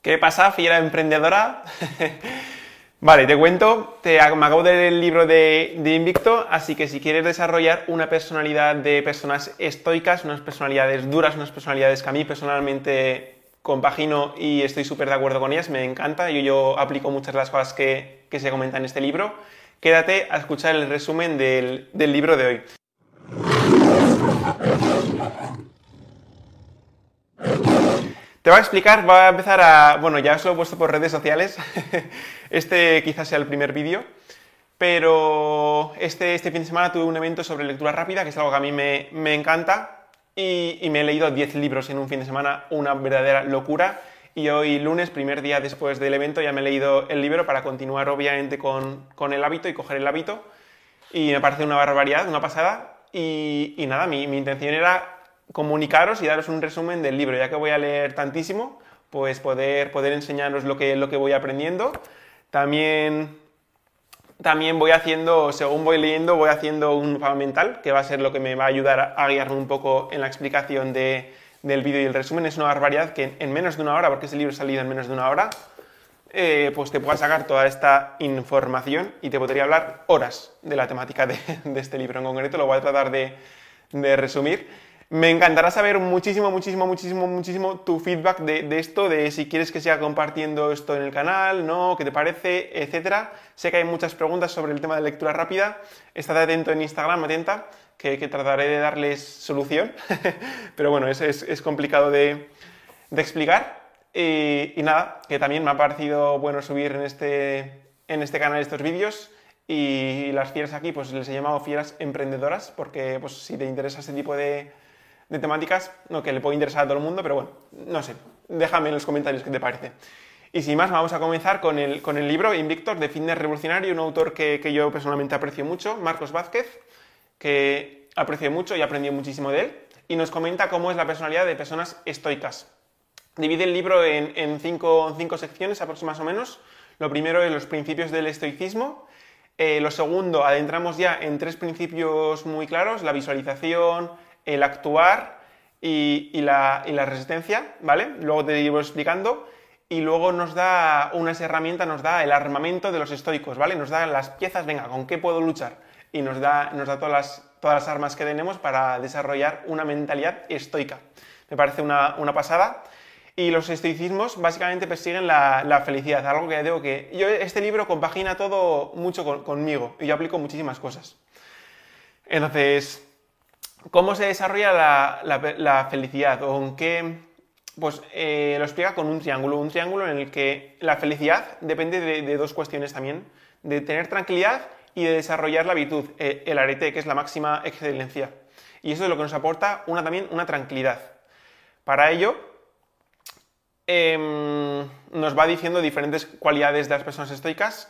¿Qué pasa, fiera emprendedora? Vale, te cuento, me acabo de leer el libro de Invicto, así que si quieres desarrollar una personalidad de personas estoicas, unas personalidades duras, unas personalidades que a mí personalmente compagino y estoy súper de acuerdo con ellas, me encanta, yo aplico muchas de las cosas que se comentan en este libro, quédate a escuchar el resumen del libro de hoy. Te voy a explicar, voy a empezar a... Bueno, ya os lo he puesto por redes sociales, este quizás sea el primer vídeo, pero este fin de semana tuve un evento sobre lectura rápida, que es algo que a mí me encanta, y me he leído 10 libros en un fin de semana, una verdadera locura, y hoy lunes, primer día después del evento, ya me he leído el libro para continuar obviamente con el hábito y coger el hábito, y me parece una barbaridad, una pasada, y nada, mi intención era comunicaros y daros un resumen del libro, ya que voy a leer tantísimo, pues poder enseñaros lo que voy aprendiendo. También voy haciendo, según voy leyendo, voy haciendo un mapa mental, que va a ser lo que me va a ayudar a guiarme un poco en la explicación del vídeo y el resumen. Es una barbaridad que en menos de una hora, porque ese libro ha salido en menos de una hora, pues te pueda sacar toda esta información y te podría hablar horas de la temática de este libro en concreto. Lo voy a tratar de resumir. Me encantará saber muchísimo tu feedback de esto, de si quieres que siga compartiendo esto en el canal, no, qué te parece, etcétera. Sé que hay muchas preguntas sobre el tema de lectura rápida. Estate atento en Instagram, atenta, que trataré de darles solución. Pero bueno, es complicado de explicar. Y nada, que también me ha parecido bueno subir en este canal estos vídeos. Y las fieras aquí, pues les he llamado fieras emprendedoras, porque pues si te interesa este tipo de temáticas, no que le puede interesar a todo el mundo, pero bueno, no sé, déjame en los comentarios qué te parece. Y sin más, vamos a comenzar con el libro Invictor de Fitness Revolucionario, un autor que yo personalmente aprecio mucho, Marcos Vázquez, que aprecio mucho y aprendí muchísimo de él, y nos comenta cómo es la personalidad de personas estoicas. Divide el libro en cinco secciones, más o menos. Lo primero es los principios del estoicismo. Lo segundo, adentramos ya en 3 principios muy claros, la visualización, el actuar y la resistencia, ¿vale? Luego te iré explicando. Y luego nos da unas herramientas, nos da el armamento de los estoicos, ¿vale? Nos da las piezas, venga, ¿con qué puedo luchar? Y nos da todas las armas que tenemos para desarrollar una mentalidad estoica. Me parece una pasada. Y los estoicismos básicamente persiguen la felicidad, algo que digo que este libro compagina todo mucho conmigo y yo aplico muchísimas cosas. Entonces, ¿cómo se desarrolla la felicidad? ¿O en qué? Pues lo explica con un triángulo en el que la felicidad depende de 2 cuestiones también, de tener tranquilidad y de desarrollar la virtud, el arete, que es la máxima excelencia. Y eso es lo que nos aporta también una tranquilidad. Para ello, nos va diciendo diferentes cualidades de las personas estoicas.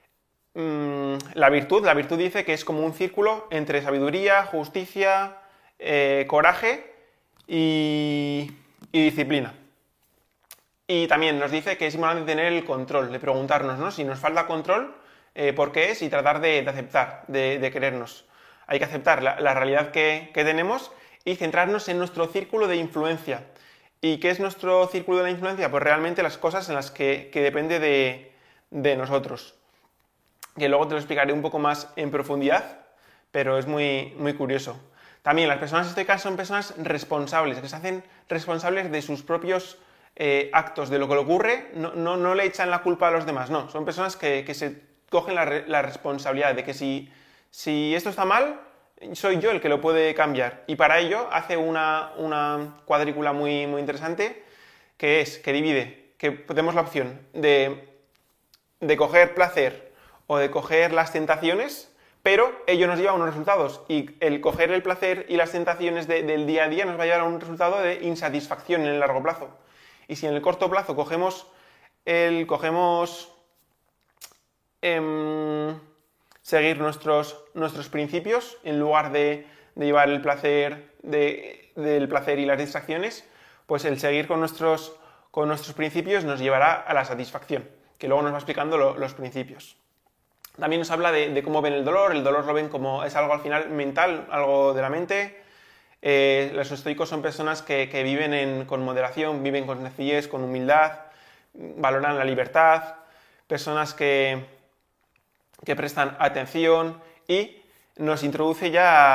La virtud dice que es como un círculo entre sabiduría, justicia, coraje y disciplina. Y también nos dice que es importante tener el control, de preguntarnos, ¿no? Si nos falta control, ¿por qué es? Y tratar de aceptar, de querernos. Hay que aceptar la realidad que tenemos y centrarnos en nuestro círculo de influencia. ¿Y qué es nuestro círculo de la influencia? Pues realmente las cosas en las que depende de nosotros. Que luego te lo explicaré un poco más en profundidad, pero es muy curioso. También las personas estoicas son personas responsables, que se hacen responsables de sus propios actos, de lo que le ocurre, no le echan la culpa a los demás, no. Son personas que se cogen la responsabilidad de que si esto está mal, soy yo el que lo puede cambiar. Y para ello hace una cuadrícula muy interesante, que divide, que tenemos la opción de coger placer o de coger las tentaciones, pero ello nos lleva a unos resultados. Y el coger el placer y las tentaciones del día a día nos va a llevar a un resultado de insatisfacción en el largo plazo. Y si en el corto plazo cogemos seguir nuestros principios en lugar de llevar el placer del placer y las distracciones, pues el seguir con nuestros principios nos llevará a la satisfacción, que luego nos va explicando los principios. También nos habla de cómo ven el dolor lo ven como es algo al final mental, algo de la mente. Los estoicos son personas que viven con moderación, viven con sencillez, con humildad, valoran la libertad, personas que prestan atención y nos introduce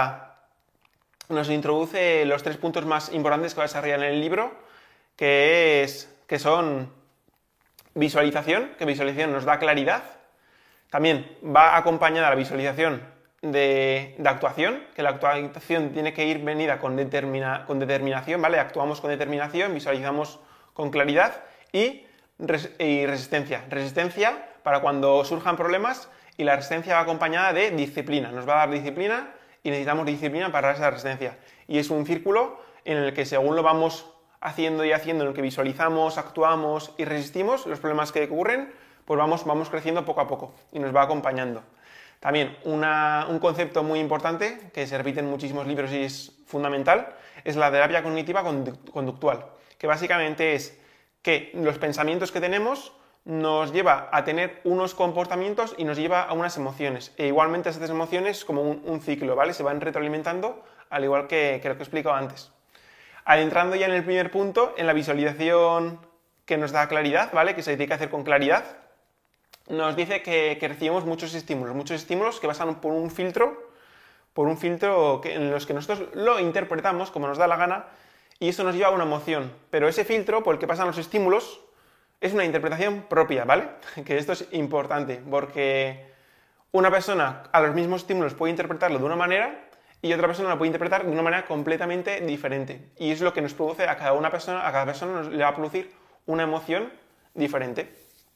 los 3 puntos más importantes que va a desarrollar en el libro, que son visualización, que visualización nos da claridad. También va acompañada la visualización de actuación, que la actuación tiene que ir venida con determinación, ¿vale? Actuamos con determinación, visualizamos con claridad y resistencia. Resistencia para cuando surjan problemas, y la resistencia va acompañada de disciplina. Nos va a dar disciplina y necesitamos disciplina para esa resistencia. Y es un círculo en el que, según lo vamos haciendo y haciendo, en el que visualizamos, actuamos y resistimos los problemas que ocurren, pues vamos creciendo poco a poco y nos va acompañando. También un concepto muy importante que se repite en muchísimos libros y es fundamental es la terapia cognitiva conductual, que básicamente es que los pensamientos que tenemos nos lleva a tener unos comportamientos y nos lleva a unas emociones. E igualmente estas emociones como un ciclo, ¿vale? Se van retroalimentando, al igual que lo que he explicado antes. Adentrando ya en el primer punto, en la visualización que nos da claridad, ¿vale? Que se tiene que hacer con claridad, nos dice que recibimos muchos estímulos que pasan por un filtro en los que nosotros lo interpretamos como nos da la gana y eso nos lleva a una emoción. Pero ese filtro por el que pasan los estímulos es una interpretación propia, ¿vale? Que esto es importante, porque una persona a los mismos estímulos puede interpretarlo de una manera y otra persona lo puede interpretar de una manera completamente diferente. Y es lo que nos produce a cada persona le va a producir una emoción diferente.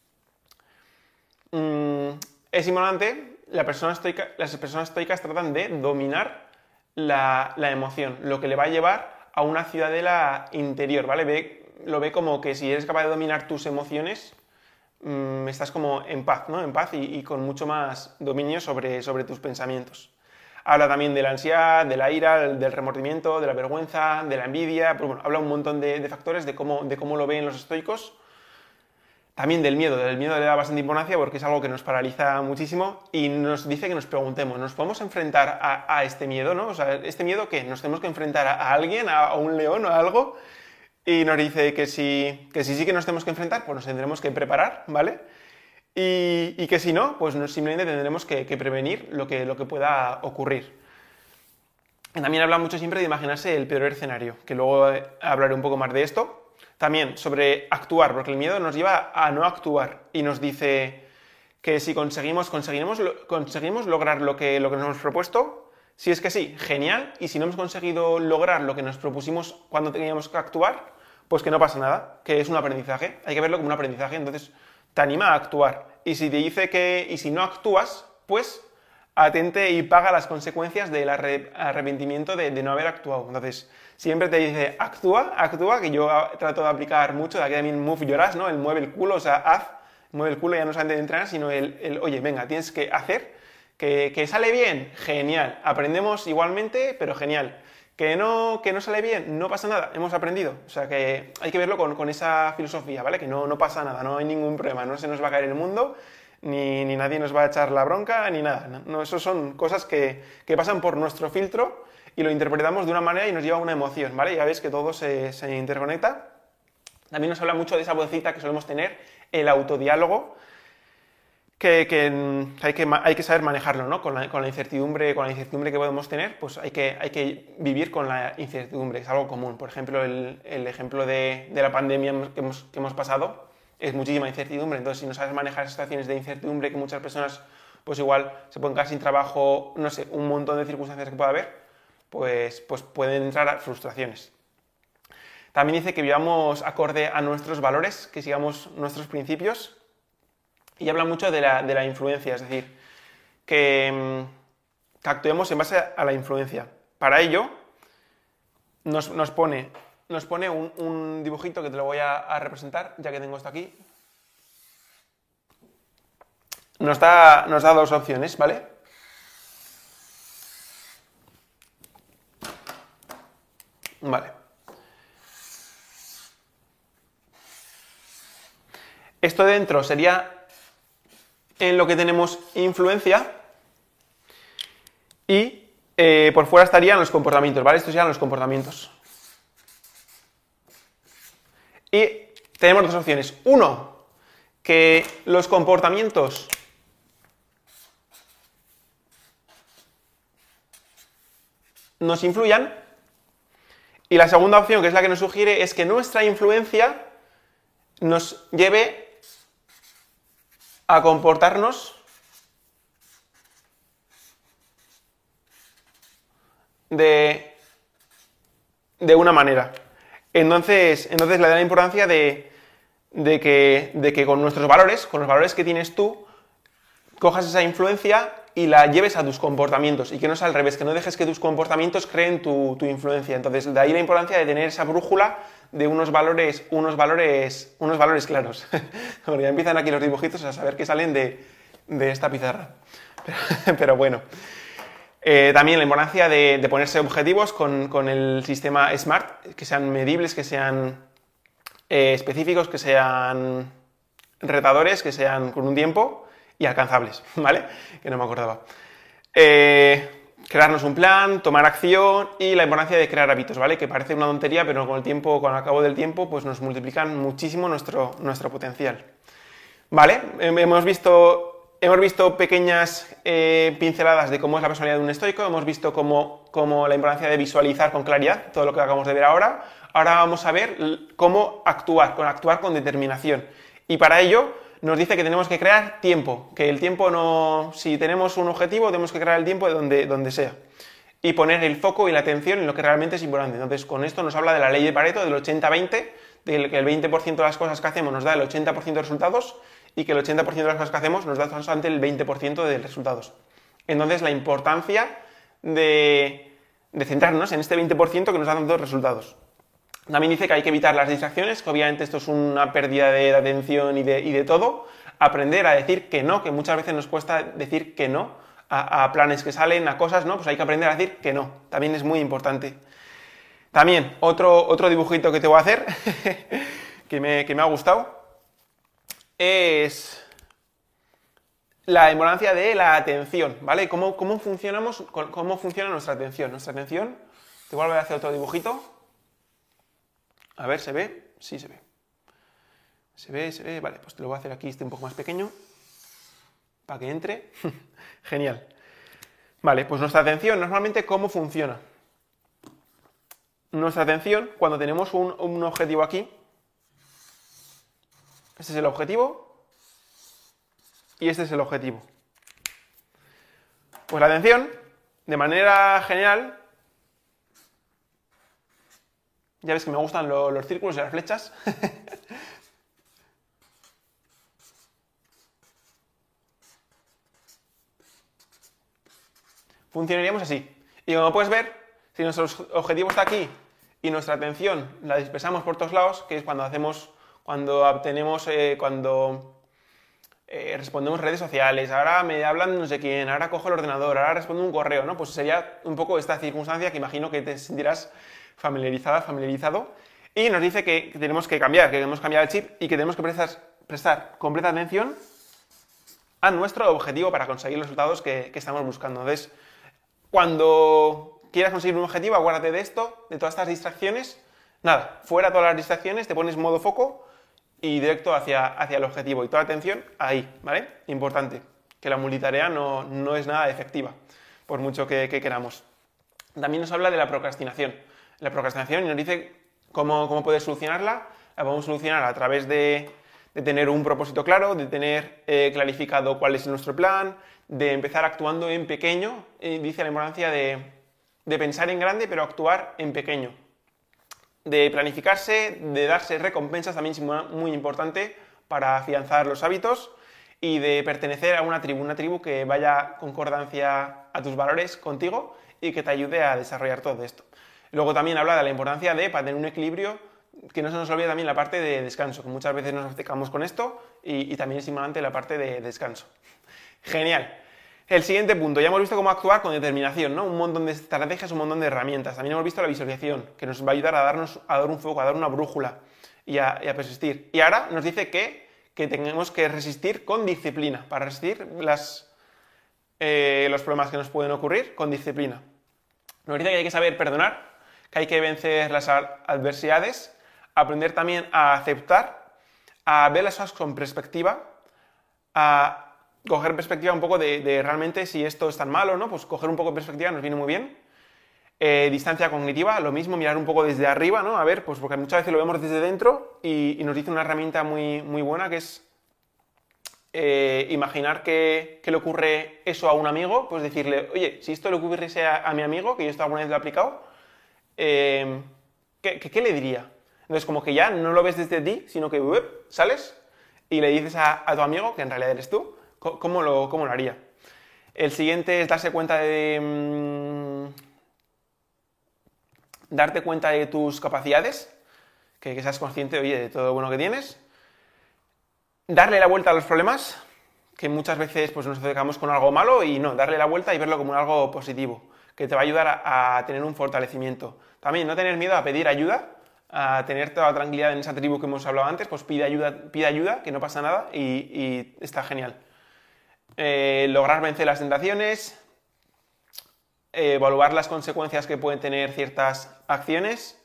Es importante, las personas estoicas tratan de dominar la emoción, lo que le va a llevar a una ciudadela interior, ¿vale? Lo ve como que si eres capaz de dominar tus emociones, estás como en paz, ¿no? En paz y con mucho más dominio sobre tus pensamientos. Habla también de la ansiedad, de la ira, del remordimiento, de la vergüenza, de la envidia, pues bueno, habla un montón de factores de cómo lo ven los estoicos. También del miedo le da bastante importancia porque es algo que nos paraliza muchísimo y nos dice que nos preguntemos, ¿nos podemos enfrentar a este miedo, ¿no? O sea, ¿este miedo qué? ¿Nos tenemos que enfrentar a alguien, a un león o a algo? Y nos dice que sí que nos tenemos que enfrentar, pues nos tendremos que preparar, ¿vale? Y que si no, pues simplemente tendremos que prevenir lo que pueda ocurrir. También habla mucho siempre de imaginarse el peor escenario, que luego hablaré un poco más de esto. También sobre actuar, porque el miedo nos lleva a no actuar y nos dice que si conseguimos lograr lo que nos hemos propuesto, si es que sí, genial, y si no hemos conseguido lograr lo que nos propusimos cuando teníamos que actuar, pues que no pasa nada, que es un aprendizaje, hay que verlo como un aprendizaje, entonces te anima a actuar. Y si te dice y si no actúas, pues atente y paga las consecuencias del arrepentimiento de no haber actuado. Entonces, siempre te dice, actúa, que yo trato de aplicar mucho, de aquí también move your ass, ¿no? El mueve el culo, o sea, mueve el culo ya no solamente de entrenar, sino oye, venga, tienes que hacer, que sale bien, genial, aprendemos igualmente, pero genial. Que no sale bien, no pasa nada, hemos aprendido. O sea que hay que verlo con esa filosofía, ¿vale? Que no pasa nada, no hay ningún problema, no se nos va a caer el mundo, ni nadie nos va a echar la bronca, ni nada. No, eso son cosas que pasan por nuestro filtro y lo interpretamos de una manera y nos lleva a una emoción, ¿vale? Ya veis que todo se interconecta. También nos habla mucho de esa vocecita que solemos tener, el autodiálogo, que hay que saber manejarlo, ¿no? Con la incertidumbre que podemos tener, pues hay que vivir con la incertidumbre, es algo común. Por ejemplo, el ejemplo de la pandemia que hemos pasado es muchísima incertidumbre, entonces si no sabes manejar situaciones de incertidumbre que muchas personas pues igual se pueden quedar sin trabajo, no sé, un montón de circunstancias que pueda haber, pues pueden entrar a frustraciones. También dice que vivamos acorde a nuestros valores, que sigamos nuestros principios. Y habla mucho de la influencia, es decir, que actuemos en base a la influencia. Para ello, nos pone un dibujito que te lo voy a representar, ya que tengo esto aquí. Nos da 2 opciones, ¿vale? Vale. Esto de dentro sería en lo que tenemos influencia y por fuera estarían los comportamientos, ¿vale? Estos serían los comportamientos. Y tenemos dos opciones. Uno, que los comportamientos nos influyan. Y la segunda opción, que es la que nos sugiere, es que nuestra influencia nos lleve a comportarnos de una manera. Entonces le da la importancia de que con nuestros valores, con los valores que tienes tú, cojas esa influencia y la lleves a tus comportamientos, y que no sea al revés, que no dejes que tus comportamientos creen tu influencia. Entonces, de ahí la importancia de tener esa brújula de unos valores claros. Bueno, ya empiezan aquí los dibujitos a saber que salen de esta pizarra. Pero bueno. También la importancia de ponerse objetivos con el sistema SMART, que sean medibles, que sean específicos, que sean retadores, que sean con un tiempo y alcanzables, ¿vale? Que no me acordaba. Crearnos un plan, tomar acción y la importancia de crear hábitos, ¿vale? Que parece una tontería, pero con el tiempo, con el cabo del tiempo, pues nos multiplican muchísimo nuestro potencial. ¿Vale? Hemos visto pequeñas pinceladas de cómo es la personalidad de un estoico, hemos visto cómo la importancia de visualizar con claridad todo lo que acabamos de ver ahora. Ahora vamos a ver cómo actuar con determinación. Y para ello nos dice que tenemos que crear tiempo, que el tiempo no... Si tenemos un objetivo, tenemos que crear el tiempo de donde sea. Y poner el foco y la atención en lo que realmente es importante. Entonces, con esto nos habla de la ley de Pareto, del 80-20, de que el 20% de las cosas que hacemos nos da el 80% de resultados, y que el 80% de las cosas que hacemos nos da solamente el 20% de resultados. Entonces, la importancia de centrarnos en este 20% que nos da tantos resultados. También dice que hay que evitar las distracciones, que obviamente esto es una pérdida de atención y de todo. Aprender a decir que no, que muchas veces nos cuesta decir que no a planes que salen, a cosas, ¿no? Pues hay que aprender a decir que no. También es muy importante. También, otro dibujito que te voy a hacer, que me ha gustado, es la importancia de la atención, ¿vale? ¿Cómo funciona nuestra atención? Nuestra atención, te voy a hacer otro dibujito. A ver, ¿se ve? Sí, se ve. Se ve, vale, pues te lo voy a hacer aquí, un poco más pequeño, para que entre. Genial. Vale, pues nuestra atención, normalmente, ¿cómo funciona? Nuestra atención, cuando tenemos un objetivo aquí, este es el objetivo, y este es el objetivo. Pues la atención, de manera general, ya ves que me gustan los círculos y las flechas. Funcionaríamos así. Y como puedes ver, si nuestro objetivo está aquí y nuestra atención la dispersamos por todos lados, que es cuando respondemos redes sociales, ahora me hablan no sé quién, ahora cojo el ordenador, ahora respondo un correo, ¿no? Pues sería un poco esta circunstancia que imagino que te sentirás familiarizado, y nos dice que tenemos que cambiar el chip y que tenemos que prestar completa atención a nuestro objetivo para conseguir los resultados que estamos buscando. Entonces, cuando quieras conseguir un objetivo, acuérdate de esto, de todas estas distracciones, nada, fuera todas las distracciones, te pones modo foco y directo hacia el objetivo, y toda la atención ahí, ¿vale? Importante, que la multitarea no es nada efectiva, por mucho que queramos. También nos habla de la procrastinación. La procrastinación, y nos dice cómo poder solucionarla. La podemos solucionar a través de tener un propósito claro, de tener clarificado cuál es nuestro plan, de empezar actuando en pequeño. Dice la importancia de pensar en grande, pero actuar en pequeño. De planificarse, de darse recompensas, también es muy importante para afianzar los hábitos, y de pertenecer a una tribu que vaya concordancia a tus valores contigo y que te ayude a desarrollar todo esto. Luego también habla de la importancia para tener un equilibrio, que no se nos olvide también la parte de descanso, que muchas veces nos obcecamos con esto, y también es importante la parte de descanso. Genial. El siguiente punto, ya hemos visto cómo actuar con determinación, ¿no? Un montón de estrategias, un montón de herramientas. También hemos visto la visualización, que nos va a ayudar a dar un foco, a dar una brújula y a persistir. Y ahora nos dice que tenemos que resistir con disciplina, para resistir los problemas que nos pueden ocurrir con disciplina. Nos dice que hay que saber perdonar, que hay que vencer las adversidades, aprender también a aceptar a ver las cosas con perspectiva, a coger perspectiva un poco de realmente si esto es tan malo o no, pues coger un poco de perspectiva nos viene muy bien. Distancia cognitiva, lo mismo, mirar un poco desde arriba, ¿no? A ver, pues porque muchas veces lo vemos desde dentro y nos dice una herramienta muy, muy buena que es imaginar que le ocurre eso a un amigo, pues decirle, oye, si esto le ocurriese a mi amigo, que yo esto alguna vez lo he aplicado, ¿qué le diría? Entonces, como que ya no lo ves desde ti, sino que sales y le dices a tu amigo, que en realidad eres tú, cómo lo haría. El siguiente es darse cuenta darte cuenta de tus capacidades, que seas consciente, oye, de todo lo bueno que tienes. Darle la vuelta a los problemas, que muchas veces pues, nos acercamos con algo malo y no, darle la vuelta y verlo como algo positivo, que te va a ayudar a tener un fortalecimiento. También no tener miedo a pedir ayuda, a tener toda la tranquilidad en esa tribu que hemos hablado antes, pues pide ayuda, que no pasa nada y está genial. Lograr vencer las tentaciones, evaluar las consecuencias que pueden tener ciertas acciones,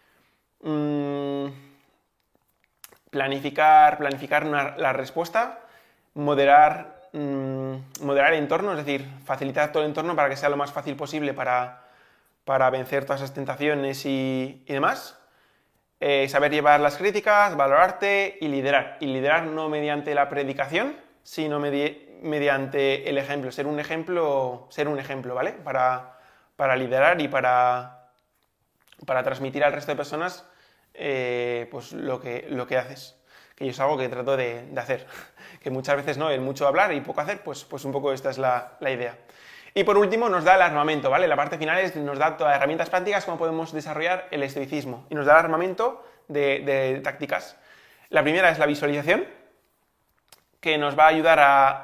planificar la respuesta, moderar el entorno, es decir, facilitar todo el entorno para que sea lo más fácil posible para vencer todas esas tentaciones y demás. Saber llevar las críticas, valorarte y liderar. Y liderar no mediante la predicación, sino mediante el ejemplo. Ser un ejemplo, ¿vale? Para liderar y para transmitir al resto de personas pues lo que haces. Que yo es algo que trato de hacer. Que muchas veces no, el mucho hablar y poco hacer, pues un poco esta es la idea. Y por último nos da el armamento, ¿vale? La parte final nos da todas las herramientas prácticas cómo podemos desarrollar el estoicismo. Y nos da el armamento de tácticas. La primera es la visualización, que nos va a ayudar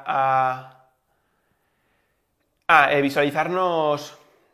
a visualizarnos...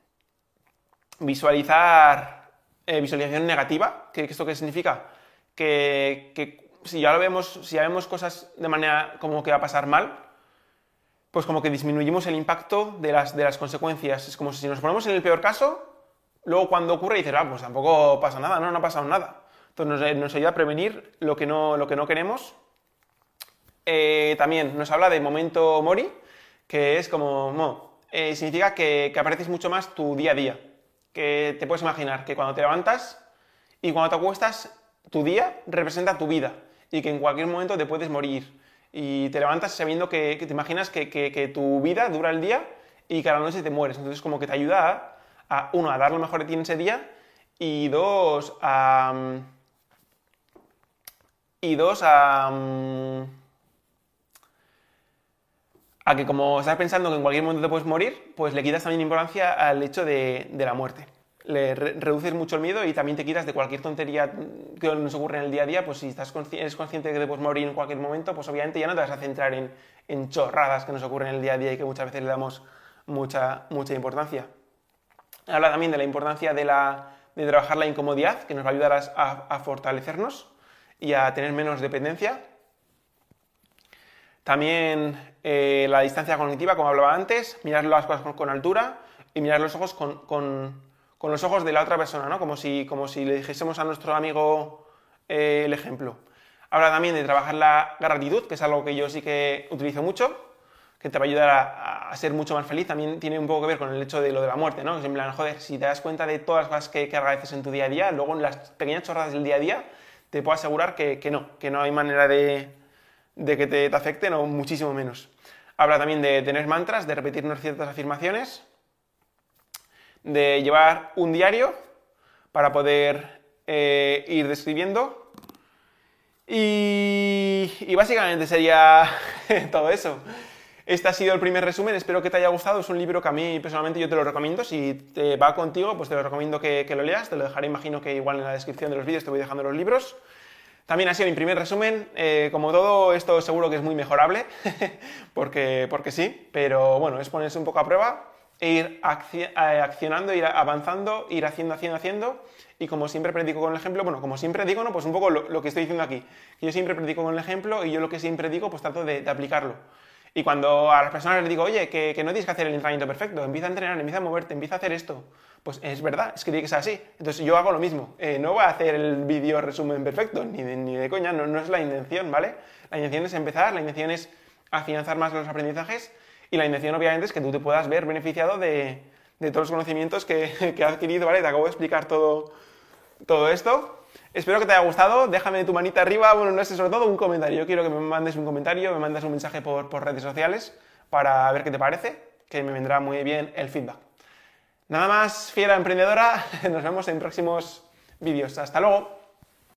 visualización negativa. ¿Esto qué significa? Que si ya vemos cosas de manera como que va a pasar mal, pues como que disminuimos el impacto de las consecuencias. Es como si nos ponemos en el peor caso, luego cuando ocurre dices, pues tampoco pasa nada, no ha pasado nada. Entonces nos ayuda a prevenir lo que no queremos. También nos habla de momento mori, que es como, significa que aprecies mucho más tu día a día. Que te puedes imaginar que cuando te levantas y cuando te acuestas, tu día representa tu vida y que en cualquier momento te puedes morir. Y te levantas sabiendo que te imaginas que tu vida dura el día y que a la noche te mueres. Entonces como que te ayuda uno, a dar lo mejor de ti en ese día y dos, a que como estás pensando que en cualquier momento te puedes morir, pues le quitas también importancia al hecho de la muerte. Le reduces mucho el miedo y también te quitas de cualquier tontería que nos ocurre en el día a día, pues si eres consciente de que te puedes morir en cualquier momento, pues obviamente ya no te vas a centrar en chorradas que nos ocurren en el día a día y que muchas veces le damos mucha importancia. Habla también de la importancia de trabajar la incomodidad, que nos va a ayudar a fortalecernos y a tener menos dependencia. También la distancia cognitiva, como hablaba antes, mirar las cosas con altura y mirar los ojos con los ojos de la otra persona, ¿no? Como si le dijésemos a nuestro amigo el ejemplo. Habla también de trabajar la gratitud, que es algo que yo sí que utilizo mucho, que te va a ayudar a ser mucho más feliz. También tiene un poco que ver con el hecho de lo de la muerte, ¿no? Que es en plan, joder, si te das cuenta de todas las cosas que agradeces en tu día a día, luego en las pequeñas chorradas del día a día, te puedo asegurar que no hay manera de que te afecten o muchísimo menos. Habla también de tener mantras, de repetirnos ciertas afirmaciones, de llevar un diario para poder ir describiendo y básicamente sería todo eso. Este ha sido el primer resumen, espero que te haya gustado, es un libro que a mí personalmente yo te lo recomiendo, si te va contigo pues te lo recomiendo que lo leas, te lo dejaré imagino que igual en la descripción de los vídeos te voy dejando los libros. También ha sido mi primer resumen, como todo esto seguro que es muy mejorable, porque sí, pero bueno, es ponerse un poco a prueba e ir accionando, ir avanzando, ir haciendo, y como siempre predico con el ejemplo, bueno, como siempre digo, ¿no? Pues un poco lo que estoy diciendo aquí, que yo siempre predico con el ejemplo y yo lo que siempre digo pues trato de aplicarlo. Y cuando a las personas les digo, oye, que no tienes que hacer el entrenamiento perfecto, empieza a entrenar, empieza a moverte, empieza a hacer esto, pues es verdad, es que tiene que ser así. Entonces yo hago lo mismo. No voy a hacer el vídeo resumen perfecto, ni de coña, no es la intención, ¿vale? La intención es empezar, la intención es afianzar más los aprendizajes y la intención obviamente es que tú te puedas ver beneficiado de todos los conocimientos que has adquirido, ¿vale? Te acabo de explicar todo esto. Espero que te haya gustado, déjame tu manita arriba, bueno, no sé, sobre todo un comentario. Yo quiero que me mandes un comentario, me mandes un mensaje por redes sociales para ver qué te parece, que me vendrá muy bien el feedback. Nada más, fiera emprendedora, nos vemos en próximos vídeos. Hasta luego.